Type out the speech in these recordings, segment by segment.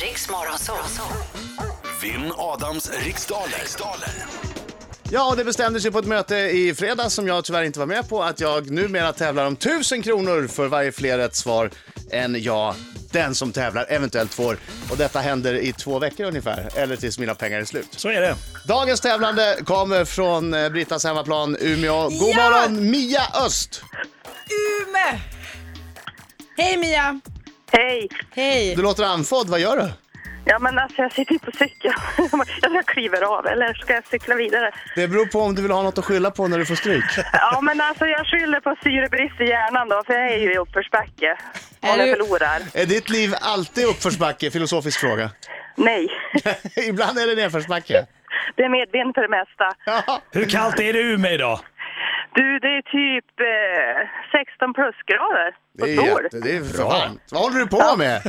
Riks Morgonzoo. Vinn Adams riksdaler. Ja, och det bestämde sig på ett möte i fredags som jag tyvärr inte var med på att jag numera tävlar om 1000 kronor för varje fler rätt svar än jag, den som tävlar, eventuellt får. Och detta händer i 2 veckor ungefär, eller tills mina pengar är slut. Så är det. Dagens tävlande kommer från Brittas hemmaplan Umeå. God morgon, Mia Öst! Umeå! Hej Mia! Hej. Hej! Du låter andfådd, vad gör du? Ja, men alltså jag sitter på cykeln. Jag kliver av, eller ska jag cykla vidare? Det beror på om du vill ha något att skylla på när du får stryk. Ja, men alltså jag skyller på syrebrist i hjärnan då, för jag är ju i uppförsbacke. Om jag förlorar. Är ditt liv alltid uppförsbacke? Filosofisk fråga. Nej. Ibland är det nedförsbacke. Det är medvind för det mesta. Ja. Hur kallt är det i Umeå idag? Du, det är typ 16 plusgrader. Det är för varmt. Vad håller du på med?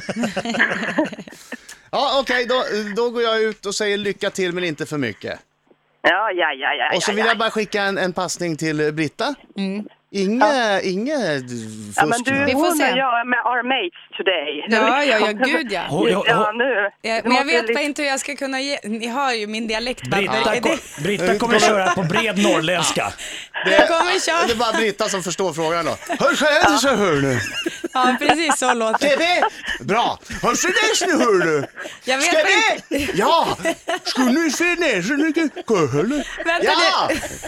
Ja, okej, då går jag ut och säger lycka till, men inte för mycket. Ja. Och så vill jag bara skicka en passning till Britta. Inge fusk. Ja, men du, Vi får hon se. och jag med our mates today. Ja, gud ja. Ja, nu. Men jag vet bara inte hur jag ska kunna ge... Ni hör ju min dialekt. Britta kommer köra på bred norrländska. Jag kommer köra. Det är bara Britta som förstår frågan då. Hör så hör du. Ja, precis så låter det. TV! Bra! Hör så där nu hör du. Jag vet Ska vi? inte. Ja! Ska nu se ner så mycket? Hör du? Vänta, Ja!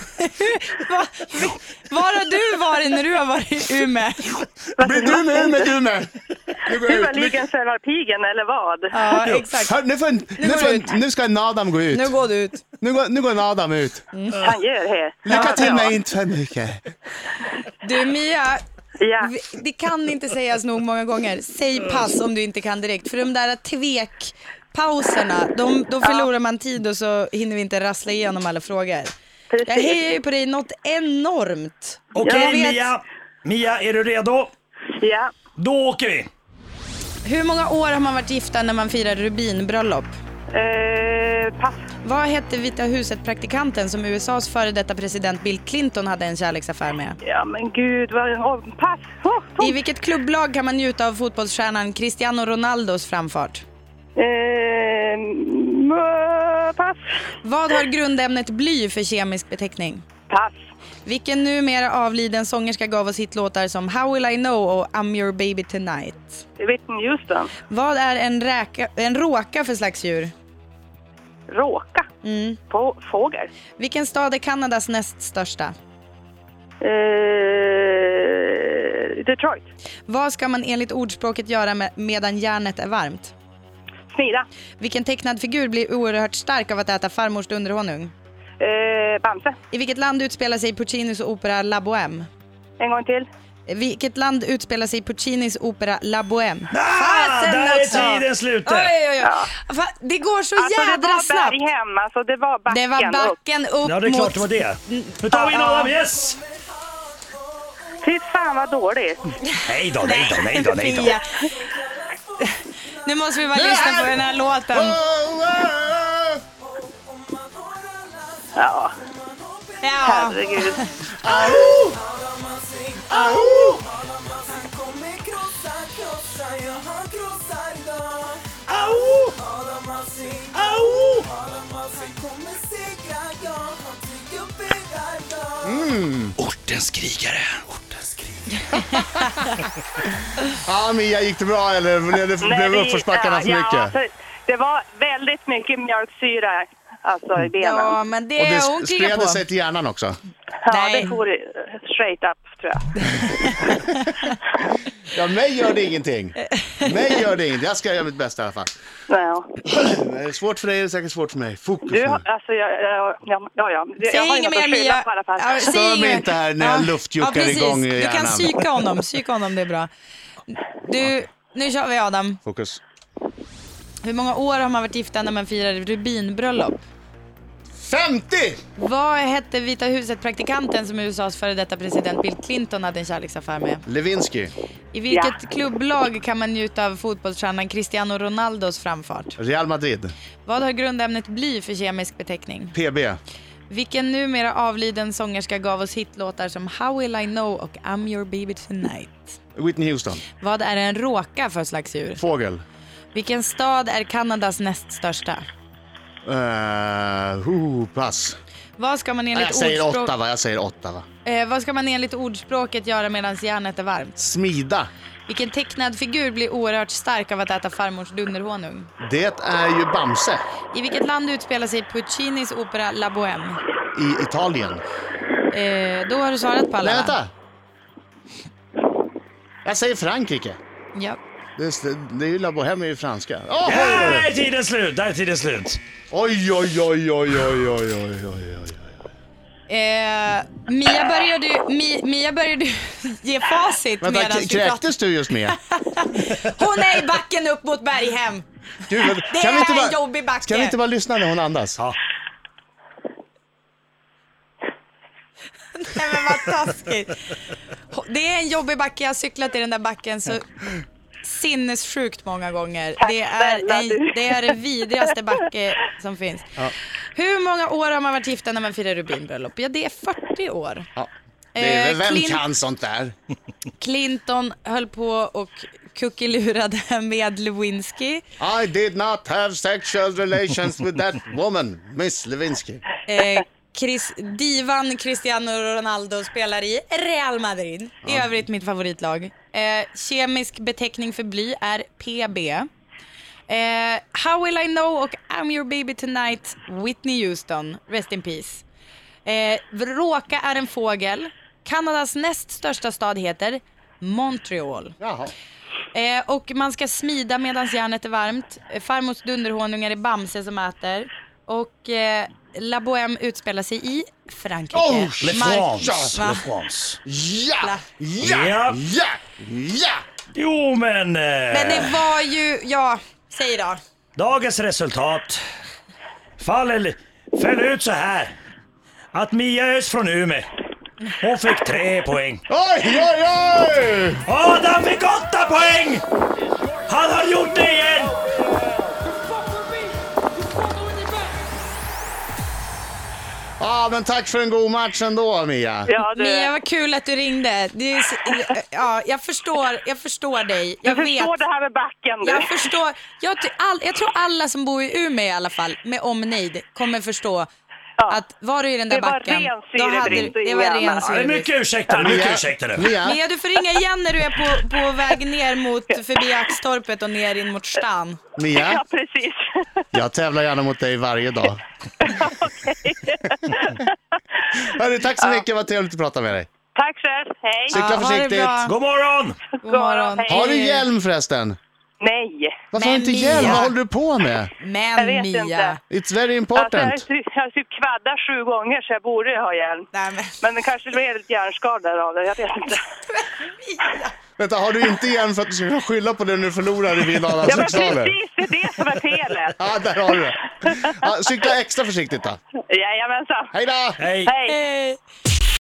Var har du varit när du har varit i Umeå? Blir du med? Nu går Du jag var ut. ligan pigen eller vad? Ja, exakt. Hör, nu ska Adam gå ut. Nu går du ut. Nu går Adam ut. Han gör det. Lycka till Ja. med inte för mycket. Du Mia, Ja. det kan inte sägas nog många gånger. Säg pass om du inte kan direkt. För de där tvekpauserna, då förlorar man tid och så hinner vi inte rassla igenom alla frågor. Precis. Jag hejar ju på dig något enormt. Okej, Jag vet- Mia, är du redo? Ja. Då åker vi. Hur många år har man varit gifta när man firar rubinbröllop? Pass. Vad hette Vita huset-praktikanten som USAs före detta president Bill Clinton hade en kärleksaffär med? Ja, men gud. Pass. I vilket klubblag kan man njuta av fotbollsstjärnan Cristiano Ronaldos framfart? Pass. Vad har grundämnet bly för kemisk beteckning? Pass. Vilken numera avliden sångerska gav oss hitlåtar som How Will I Know och I'm Your Baby Tonight? Whitney Houston. Vad är en råka för slags djur? Råka. På fågel. Vilken stad är Kanadas näst största? Detroit. Vad ska man enligt ordspråket göra medan järnet är varmt? Smida. Vilken tecknad figur blir oerhört stark av att äta farmors dunderhonung? Bamse. I vilket land utspelar sig Puccinis opera La Bohème? En gång till. Vilket land utspelar sig Puccinis opera La Bohème? Där är tiden slut. Oj. Fan, det går så jädra det var snabbt. berghem, alltså det var backen, Det var backen upp Ja, det är klart mot... det var det. Nu tar vi in Adam, yes! Fy fan vad dåligt. Nej då. Fia. Nu måste vi bara lyssna på den här låten. Ja, Ja. herregud. Ortens krigare. Ja, Mia, gick det bra eller blev uppförsbackarna för mycket? Alltså, det var väldigt mycket mjölksyra alltså, i benen. Ja, men det Och är hon det krigar spred på. sig till hjärnan också. Ja, Nej. det får straight up, tror jag. Ja, mig gör det ingenting. Jag ska göra mitt bästa i alla fall. Ja. Är det svårt för dig är det säkert svårt för mig. Fokus Du, nu. alltså, ja. Säg Jag har inget inget mer att skylla Mia. på i alla fall. Ja, säg Stör mig inget. inte här när jag luftjuckar precis. igång i Du kan hjärnan. psyka honom, det är bra. Du, nu kör vi Adam. Fokus. Hur många år har man varit gifta när man firar rubinbröllop? 50! Vad hette Vita huset-praktikanten som USAs före detta president Bill Clinton hade en kärleksaffär med? Lewinsky. I vilket klubblag kan man njuta av fotbollsstjärnan Cristiano Ronaldos framfart? Real Madrid. Vad har grundämnet bly för kemisk beteckning? PB. Vilken numera avliden sångerska gav oss hitlåtar som How Will I Know och I'm Your Baby Tonight? Whitney Houston. Vad är en råka för slags djur? Fågel. Vilken stad är Kanadas näst största? Pass. Vad ska man enligt Jag säger Ottawa. Vad ska man enligt ordspråket göra medan järnet är varmt? Smida. Vilken tecknad figur blir oerhört stark av att äta farmors dunderhonung? Det är ju Bamse I vilket land utspelar sig Puccinis opera La Bohème? i Italien. Då har du svarat på alla. Nej, vänta. Jag säger Frankrike. Ja. Det är ju La Bohème är ju franska. Där är tiden slut, där är tiden slut. Oj. Mia började ge facit Vänta, medan vi kräktes du just med? Hon är i backen upp mot Berghem. Gud, Det är en jobbig backe. Kan vi inte bara lyssna när hon andas? Ja. Nej men vad taskigt. Det är en jobbig backe, jag har cyklat i den där backen så sinnessjukt många gånger. Tack, Det är det vidrigaste backe som finns. Ja. Hur många år har man varit gifta när man firar rubinbröllop? Ja, det är 40 år. Ja. Det är väl, vem kan sånt där? Clinton höll på och kuckelurade med Lewinsky. I did not have sexual relations with that woman, Miss Lewinsky. Divan Cristiano Ronaldo spelar i Real Madrid. I övrigt mitt favoritlag. Kemisk beteckning för bly är PB. How Will I Know och I'm Your Baby Tonight, Whitney Houston, rest in peace. Råka är en fågel. Kanadas näst största stad heter Montreal. Jaha. Och man ska smida medan järnet är varmt. Farmors dunderhonungar är Bamse som äter. Och La Bohème utspelar sig i Frankrike. Le France. Va? Le France. Ja! Jo, men Men det var ju, säg då. dagens resultat föll ut så här. Att Mia Ös från Umeå, hon fick 3 poäng. Oj! Adam fick 8 poäng! Han har gjort det igen! Ja, men tack för en god match ändå, Mia. Ja, Mia, vad kul att du ringde. Jag förstår dig. du förstår det här med backen. Jag förstår. Jag tror alla som bor i Umeå i alla fall, med omnejd, kommer förstå att var du i den där backen, det var ren syrebrist. Det är mycket ursäkter nu. Mia, du får ringa igen när du är på väg ner förbi Axtorpet och ner in mot stan. Mia, Ja, precis. jag tävlar gärna mot dig varje dag. Hörru, tack så mycket, vad trevligt att prata med dig. Tack själv, hej. Cykla Ha det försiktigt. bra. God morgon! God morgon. Hej. Har du hjälm förresten? Nej. Varför har du inte Men hjälm? Mia. Vad håller du på med? Jag Men vet Mia. inte. It's very Alltså, important. jag har typ kvaddat 7 gånger så jag borde ha hjälm. Nej, men Men det kanske blir lite hjärnskador av det, jag vet inte. Vänta, har du inte hjälm för att du ska kunna skylla på det när du förlorar i Vin Adams Ja, men riksdaler? precis, det är det som är felet. Ja, där har du det. Ja, cykla extra försiktigt då. Jajamensan. Hej då! Hej! Hej. Eh,